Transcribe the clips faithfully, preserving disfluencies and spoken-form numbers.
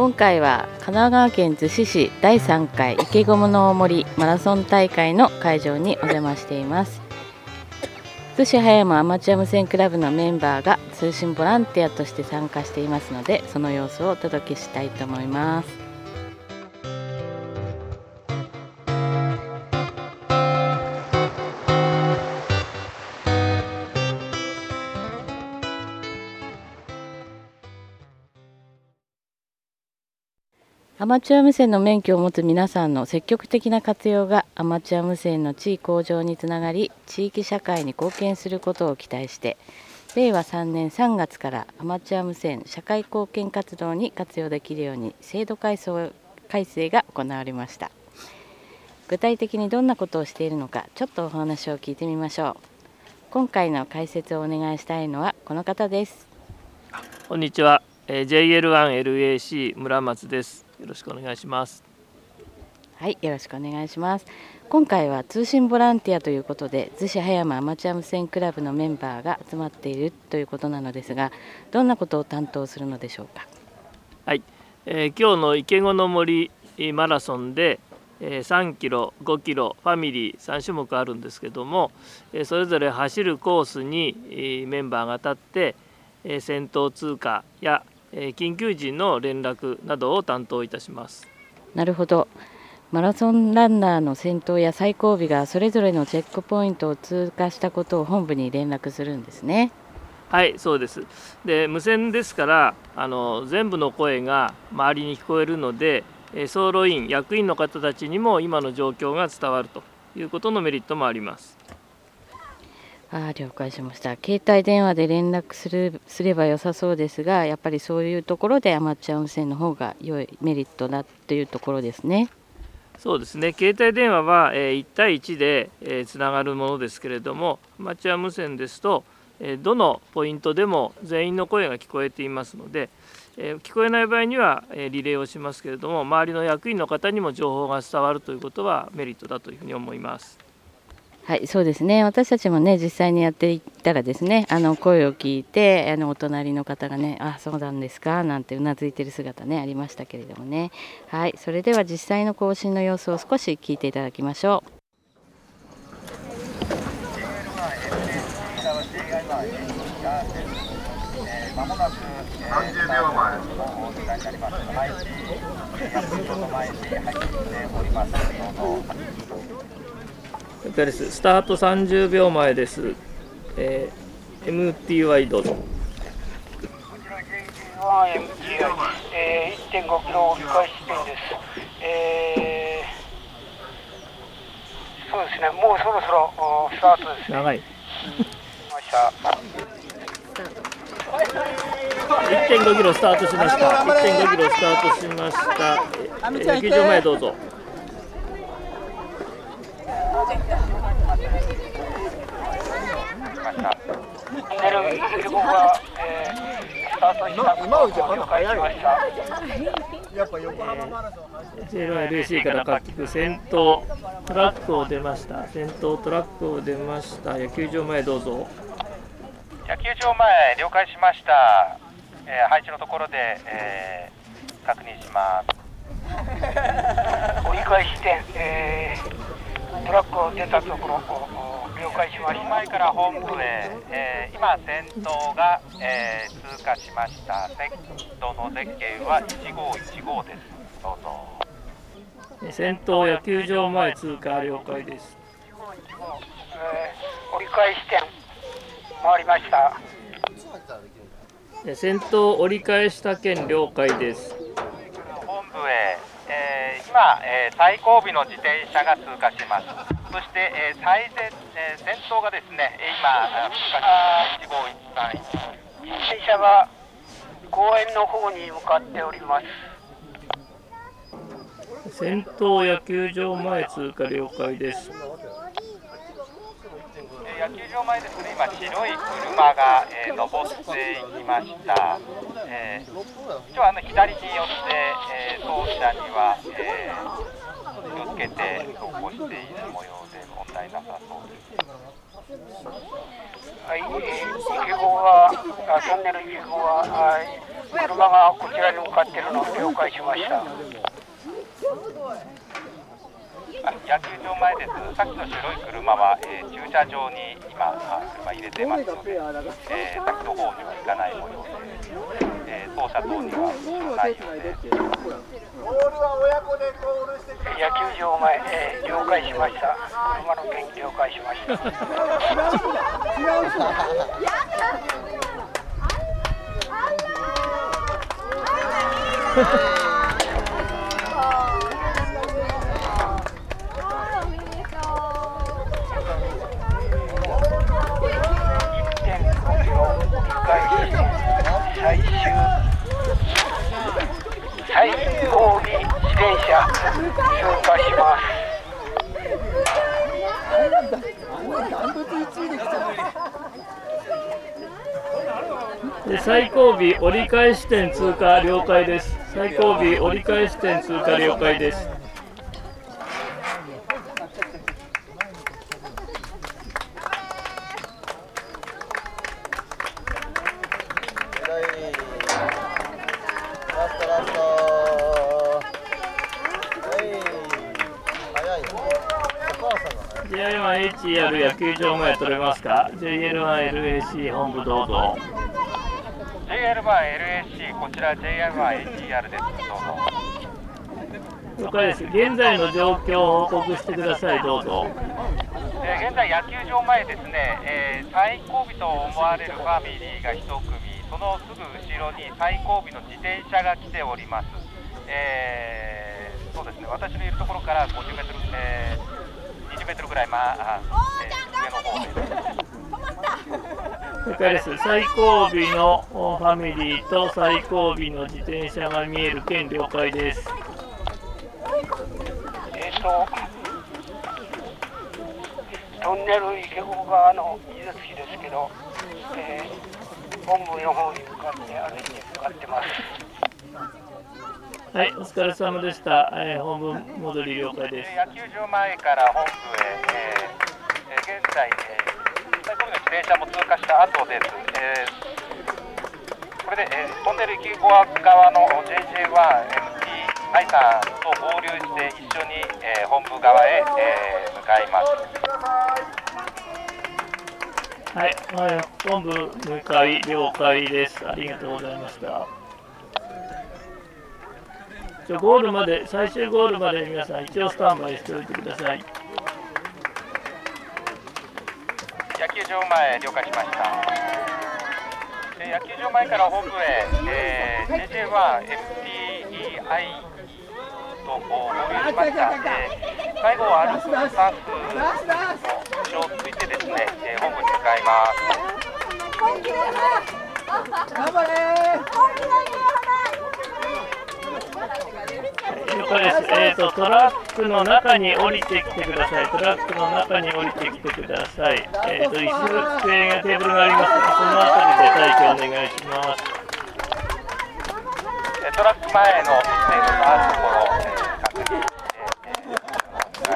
今回は神奈川県逗子市だいさんかい池ゴムの大森マラソン大会の会場にお邪魔しています。逗子葉山アマチュア無線クラブのメンバーが通信ボランティアとして参加していますので、その様子をお届けしたいと思います。アマチュア無線の免許を持つ皆さんの積極的な活用がアマチュア無線の地位向上につながり、地域社会に貢献することを期待して、れいわさんねんさんがつからアマチュア無線社会貢献活動に活用できるように制度改正が行われました。具体的にどんなことをしているのか、ちょっとお話を聞いてみましょう。今回の解説をお願いしたいのはこの方です。 こんにちは、ジェイエルワンエルエーシー 村松です。よろしくお願いします。 はい、よろしくお願いします。今回は通信ボランティアということで、逗子葉山アマチュア無線クラブのメンバーが集まっているということなのですが、どんなことを担当するのでしょうか。 はい、えー、今日の池子の森マラソンで、えー、さんキロ、ごキロ、ファミリーさんしゅもくあるんですけども、えー、それぞれ走るコースに、えー、メンバーが立って、えー、先頭通過や緊急時の連絡などを担当いたします。 なるほど。マラソンランナーの先頭や最後尾がそれぞれのチェックポイントを通過したことを本部に連絡するんですね。 はい、そうです。で、無線ですからあの全部の声が周りに聞こえるので、走路員役員の方たちにも今の状況が伝わるということのメリットもあります。 あ、了解しました。携帯電話で連絡するすれば良さそうですが、やっぱりそういうところでアマチュア無線の方が良いメリットだというところですね。 そうですね。携帯電話は、えー、いちたいいちで、えー、つながるものですけれども、アマチュア無線ですと、えー、どのポイントでも全員の声が聞こえていますので、えー、聞こえない場合には、えー、リレーをしますけれども、周りの役員の方にも情報が伝わるということはメリットだというふうに思います。 はい、そうですね。私たちもね、実際にやっていったらですね、あの声を聞いて、あのお隣の方がね、あ、そうなんですかなんてうなずいている姿ねありましたけれどもね。はい、それでは実際の更新の様子を少し聞いていただきましょう。 まもなくさんじゅうびょうまえのお時間になります。配置、役員の前に入っております。どうぞ。 了解です。スタートさんじゅうびょうまえです。えー、エムティーワイ どうぞ。 エムティーワイ、えー、いってんごキロ折り返し地点です。えー、そうですね、もうそろそろスタートですね。 長い。 ました。 いってんごキロスタートしました。いってんごキロスタートしました。野球場前どうぞ。ジェイエルワンエルエーシー から各局先頭トラックを出ました。先頭トラックを出ました。野球場前どうぞ。 野球場前了解しました。えー、配置のところで、えー、確認します。 折り返し地点、えー、トラックを出たところ了解しました。 前から本部へ、えー、今先頭が、えー、通過しました。セットのゼッケンはいちごいちごです。どうぞ。 先頭野球場前通過了解です。 えー、折り返し地点回りました。 先頭折り返した件了解です。 本部へ、えー、今、えー、最後尾の自転車が通過します。そして、えー、最前、えー、先頭がですね、今通過します。いちごいちさんいち。 自転車が公園の方に向かっております。 先頭野球場前通過了解です。 野球場前ですね、今白い車が、えー、登っていきました。えー、一応あの左によって、えー、走者には、えー、気をつけて走行している模様で問題なさそうです。 はい、池子は、トンネル池子は、はい、 車がこちらに向かっているのを了解しました。 野球場前です。さっきの白い車は、えー、駐車場に今車入れてますので、えー、先の方には行かない模様で、えー、当社等には後ろないようで。 野球場前、えー、了解しました。車の件了解しました。最終最後尾自転車通過します。 最後尾折り返し点通過了解です。最後尾折り返し点通過了解です。ジェイエルワンエイチイーアール 野球場前取れますか？ ジェイエルワンエルエーシー 本部どうぞ。 ジェイエルワンエルエーシー こちら ジェイエルワンエイチイーアール です。どうぞ。 了解です。現在の状況を報告してください。どうぞ。 えー、現在野球場前ですね、えー、最後尾と思われるファミリーが一組、そのすぐ後ろに最後尾の自転車が来ております。えー、そうですね。私のいるところからごじゅうメートル、えーにじゅうメートルぐらい、まあ、えー、上の方です。 了解です。最後尾のファミリーと最後尾の自転車が見える件了解です。 えーと、トンネル池子川の井筒木ですけど、えー、本部の方に向かって歩いて向かってます。 はい、お疲れ様でした。えー、本部戻り了解です。 野球場前から本部へ、えー、現在、えー、最後尾の自転車も通過した後です。えー、これで、えー、トンネル池子川の ジェイジェイワンエムティー 愛さんと合流して一緒に、えー、本部側へ、えー、向かいます。 はい、はい、本部向かい了解です。ありがとうございました。ゴールまで、最終ゴールまで皆さん一応スタンバイしておいてください。 野球場前了解しました。野球場前から本部へ、えー、ジェイジェイワンエムティーイーアイ と合流しました。えー、最後は歩くスタッフの後ろをついてですね、えー、本部に向かいます。 頑張れ了解です。えーと、トラックの中に降りてきてください。トラックの中に降りてきてください。えーと、椅子、机やテーブルがありますので、そのあたりで待機お願いします。 トラック前のテーブルがあるところを確認して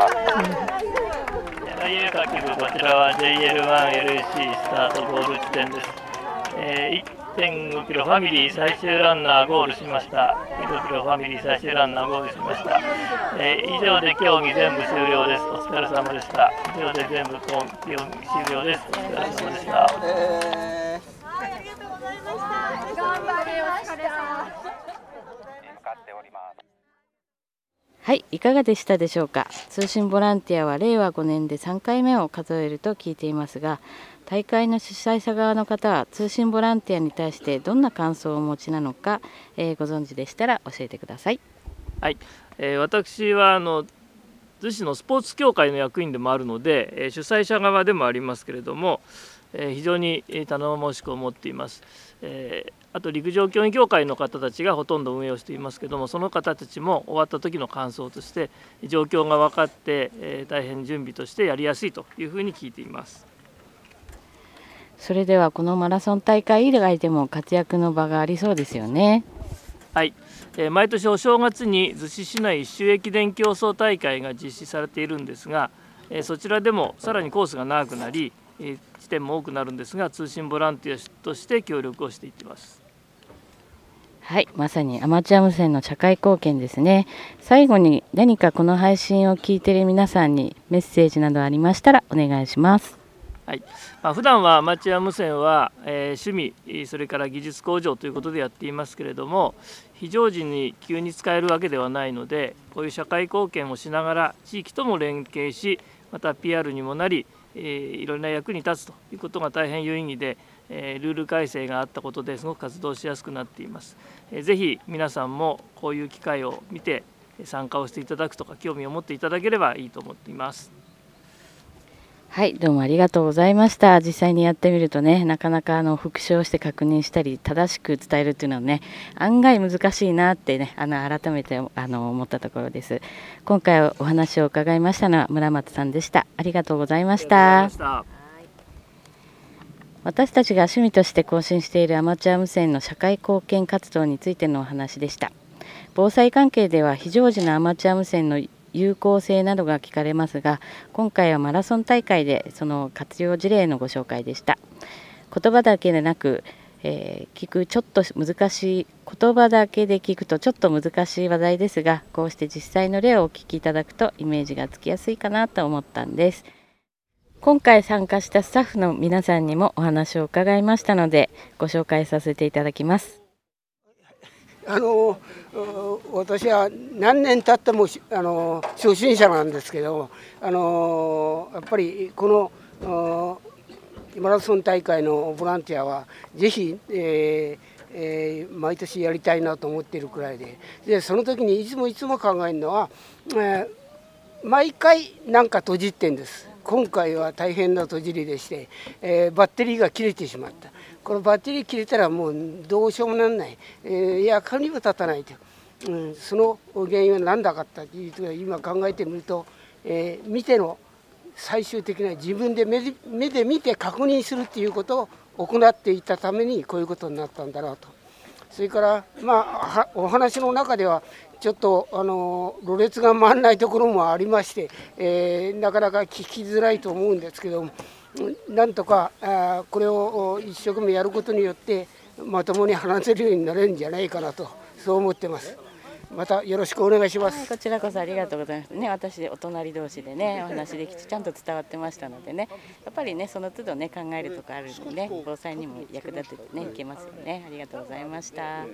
向かいます。 はい、各局、こちらは ジェイエルワンエルエーシー スタートゴール地点です。えー、いってんごキロファミリー最終ランナーゴールしました。ごキロファミリー最終ランナーゴールしました。えー、以上で競技全部終了です。お疲れ様でした。以上で全部競技終了です。お疲れ様でした。 えー、ありがとうございました。頑張りました。 向かっております。 はい、いかがでしたでしょうか。通信ボランティアはれいわごねんでさんかいめを数えると聞いていますが、大会の主催者側の方は通信ボランティアに対してどんな感想をお持ちなのか、えー、ご存知でしたら教えてください。 はい、えー、私はあの逗子のスポーツ協会の役員でもあるので、えー、主催者側でもありますけれども、えー、非常に頼もしく思っています。えー、あと陸上競技協会の方たちがほとんど運営をしていますけれども、その方たちも終わった時の感想として状況が分かって、えー、大変準備としてやりやすいというふうに聞いています。 それではこのマラソン大会以外でも活躍の場がありそうですよね。 はい、えー、毎年お正月に逗子市内一周駅伝競争大会が実施されているんですが、えー、そちらでもさらにコースが長くなり、えー、地点も多くなるんですが、通信ボランティアとして協力をしていっています。 はい、まさにアマチュア無線の社会貢献ですね。最後に何かこの配信を聞いている皆さんにメッセージなどありましたらお願いします。 はい、まあ、普段はアマチュア無線は、えー、趣味それから技術向上ということでやっていますけれども、非常時に急に使えるわけではないので、こういう社会貢献をしながら地域とも連携し、また ピーアール にもなり、えー、いろんな役に立つということが大変有意義で、えー、ルール改正があったことですごく活動しやすくなっています。えー、ぜひ皆さんもこういう機会を見て参加をしていただくとか興味を持っていただければいいと思っています。 はい、どうもありがとうございました。実際にやってみるとね、なかなかあの復唱して確認したり正しく伝えるっていうのはね、案外難しいなってね、あの改めてあの思ったところです。今回お話を伺いましたのは村松さんでした。ありがとうございました。私たちが趣味として更新しているアマチュア無線の社会貢献活動についてのお話でした。防災関係では非常時のアマチュア無線の有効性などが聞かれますが、今回はマラソン大会でその活用事例のご紹介でした。言葉だけでなく、えー、聞くちょっと難しい言葉だけで聞くとちょっと難しい話題ですが、こうして実際の例をお聞きいただくとイメージがつきやすいかなと思ったんです。今回参加したスタッフの皆さんにもお話を伺いましたので、ご紹介させていただきます。 あの私は何年経ってもあの初心者なんですけど、あのやっぱりこのマラソン大会のボランティアはぜひ、えーえー、毎年やりたいなと思っているくらいで、でその時にいつもいつも考えるのは、えー、毎回何か閉じってんです。今回は大変な閉じりでして、えー、バッテリーが切れてしまった。このバッテリー切れたらもうどうしようもなんない、えー、役にも立たないと、うん、その原因は何だかったというと今考えてみると、えー、見ての最終的な自分で 目で目で見て確認するということを行っていたためにこういうことになったんだろうと。それから、まあ、お話の中ではちょっとあのろれつが回らないところもありまして、えー、なかなか聞きづらいと思うんですけども、なんとかあこれを一生懸命やることによってまともに話せるようになれるんじゃないかなと、そう思ってます。またよろしくお願いします。 はい、こちらこそありがとうございますね。私お隣同士でねお話できてちゃんと伝わってましたのでね、やっぱりねその都度ね考えるとかあるんでね、防災にも役立ててねいけますよね。ありがとうございました。はい、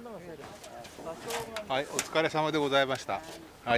はい、お疲れ様でございました。はい。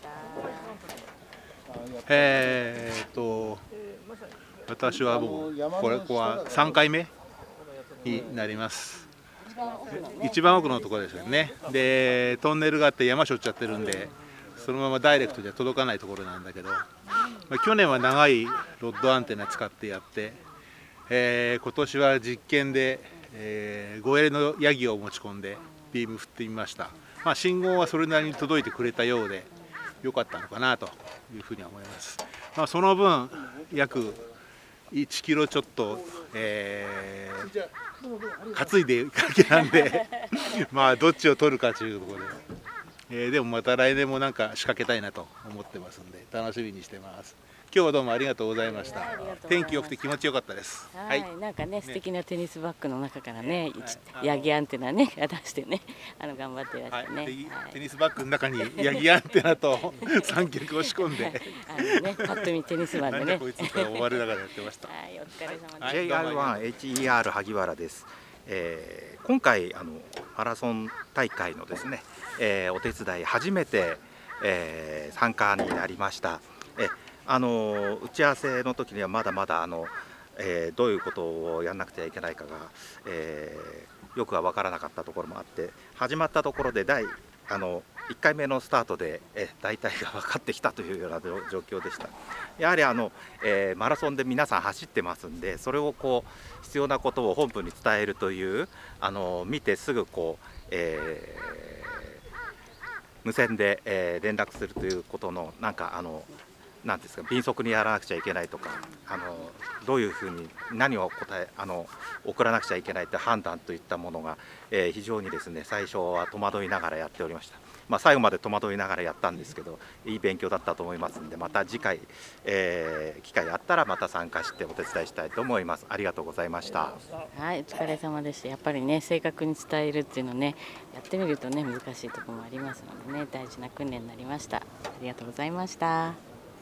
えーっと私はもうこれここはさんかいめになります。一番奥のところですよね。でトンネルがあって山しょっちゃってるんで、そのままダイレクトじゃ届かないところなんだけど、まあ、去年は長いロッドアンテナ使ってやって、えー、今年は実験で、えー、ごえのヤギを持ち込んでビーム振ってみました。まあ、信号はそれなりに届いてくれたようで良かったのかなというふうに思います。まあ、その分約いちキロちょっと、えー、担いでいくわけなんでまあどっちを取るかというところで、えー、でもまた来年もなんか仕掛けたいなと思ってますんで楽しみにしてます。今日はどうもありがとうございました。天気良くて気持ちよかったです。 はい、はい、なんかね素敵なテニスバッグの中からね、はい、ヤギアンテナね出してね、あの頑張ってらしてね、はい、 テニスバッグの中にヤギアンテナと三脚押し込んであのねパッと見テニスマンでねこいつと終わりながらやってました。 はい、お疲れ様です。 ジェイアールワンエイチイーアール 萩原です。えー、今回あのマラソン大会のですね、えー、お手伝い初めて、えー、参加になりました。えあの打ち合わせの時にはまだまだあの、えー、どういうことをやらなくてはいけないかが、えー、よくは分からなかったところもあって、始まったところで第あのいっかいめのスタートで、え大体が分かってきたというような状況でした。やはりあの、えー、マラソンで皆さん走ってますんで、それをこう必要なことを本部に伝えるというあの見てすぐこう、えー、無線で、えー、連絡するということのなんかあのなんですか、迅速にやらなくちゃいけないとか、あのどういうふうに何を答えあの送らなくちゃいけないって判断といったものが、えー、非常にですね最初は戸惑いながらやっておりました。まあ、最後まで戸惑いながらやったんですけど、いい勉強だったと思いますので、また次回、えー、機会あったらまた参加してお手伝いしたいと思います。ありがとうございました。 はい、お疲れ様でした。やっぱりね、正確に伝えるっていうのね、やってみるとね難しいところもありますのでね、大事な訓練になりました。ありがとうございました。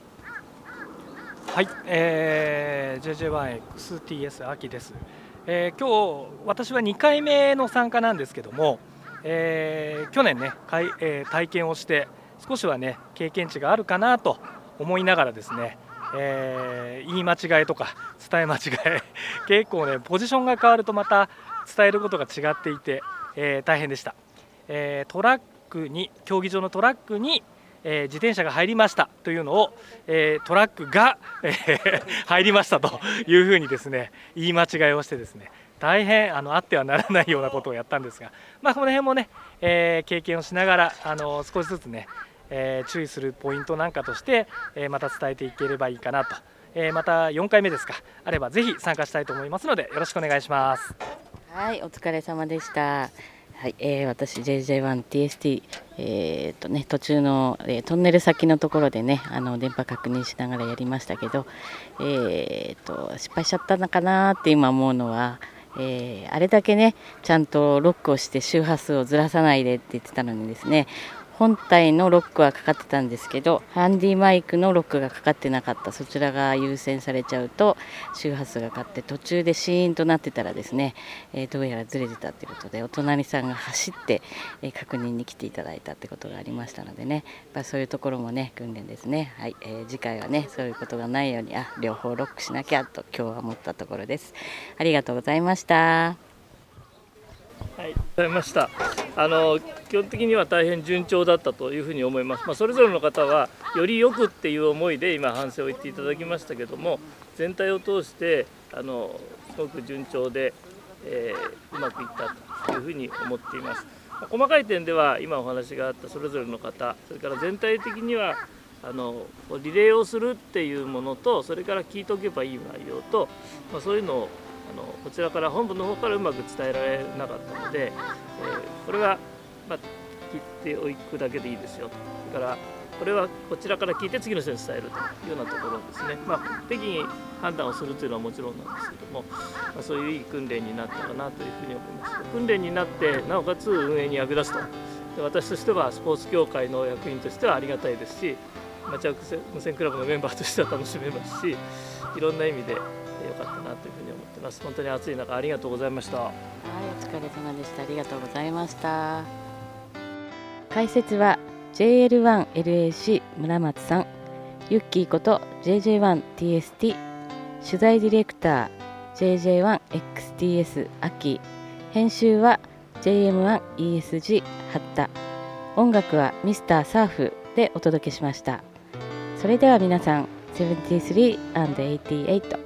はい、えー、ジェイジェイワンエックスティーエス 秋です。えー、今日私はにかいめの参加なんですけども、えー、去年ね、かいえー、体験をして少しはね経験値があるかなと思いながらですね、えー、言い間違いとか伝え間違い結構ねポジションが変わるとまた伝えることが違っていて、えー、大変でした。えー、トラックに競技場のトラックにえー、自転車が入りましたというのを、えー、トラックが、えー、入りましたというふうにですね言い間違いをしてですね大変あのあってはならないようなことをやったんですが、まあ、この辺もね、えー、経験をしながらあの少しずつね、えー、注意するポイントなんかとして、えー、また伝えていければいいかなと、えー、またよんかいめですかあればぜひ参加したいと思いますのでよろしくお願いします。 はい、お疲れ様でした。はい、えー、私 ジェイジェイワンティーエスティー、えーとね、途中の、えー、トンネル先のところでねあの電波確認しながらやりましたけど、えーと失敗しちゃったのかなって今思うのは、えー、あれだけねちゃんとロックをして周波数をずらさないでって言ってたのにですね、本体のロックはかかってたんですけどハンディマイクのロックがかかってなかった、そちらが優先されちゃうと周波数がかかって途中でシーンとなってたらですね、えー、どうやらずれてたということでお隣さんが走って、えー、確認に来ていただいたってことがありましたのでね、やっぱそういうところもね訓練ですね。はい、えー、次回はねそういうことがないようにあ両方ロックしなきゃと今日は思ったところです。ありがとうございました。 はい、ございました。あの基本的には大変順調だったというふうに思います。まあ、それぞれの方はよりよくっていう思いで今反省を言っていただきましたけども、全体を通してあのすごく順調で、えー、うまくいったというふうに思っています。まあ、細かい点では今お話があったそれぞれの方、それから全体的にはあのリレーをするっていうものと、それから聞いておけばいい内容と、まあ、そういうのをあのこちらから本部の方からうまく伝えられなかったので、えー、これは、まあ、聞いておくだけでいいですよと、それからこれはこちらから聞いて次の人に伝えるというようなところですね。まあ、適宜判断をするというのはもちろんなんですけども、まあ、そういういい訓練になったかなというふうに思います。訓練になってなおかつ運営に役立つと、で私としてはスポーツ協会の役員としてはありがたいですし、町屋無線クラブのメンバーとしては楽しめますし、いろんな意味で良かったなというふうに思ってます。本当に暑い中ありがとうございました。はい、 お疲れ様でした。ありがとうございました。解説は ジェイエルワンエルエーシー 村松さん、ユッキーこと ジェイジェイワンティーエスティー、取材ディレクター ジェイジェイワンエックスティーエス 秋、編集は ジェイエムワンイーエスジー 八田、音楽はミスターサーフでお届けしました。それでは皆さん セブンティースリーアンドエイティーエイト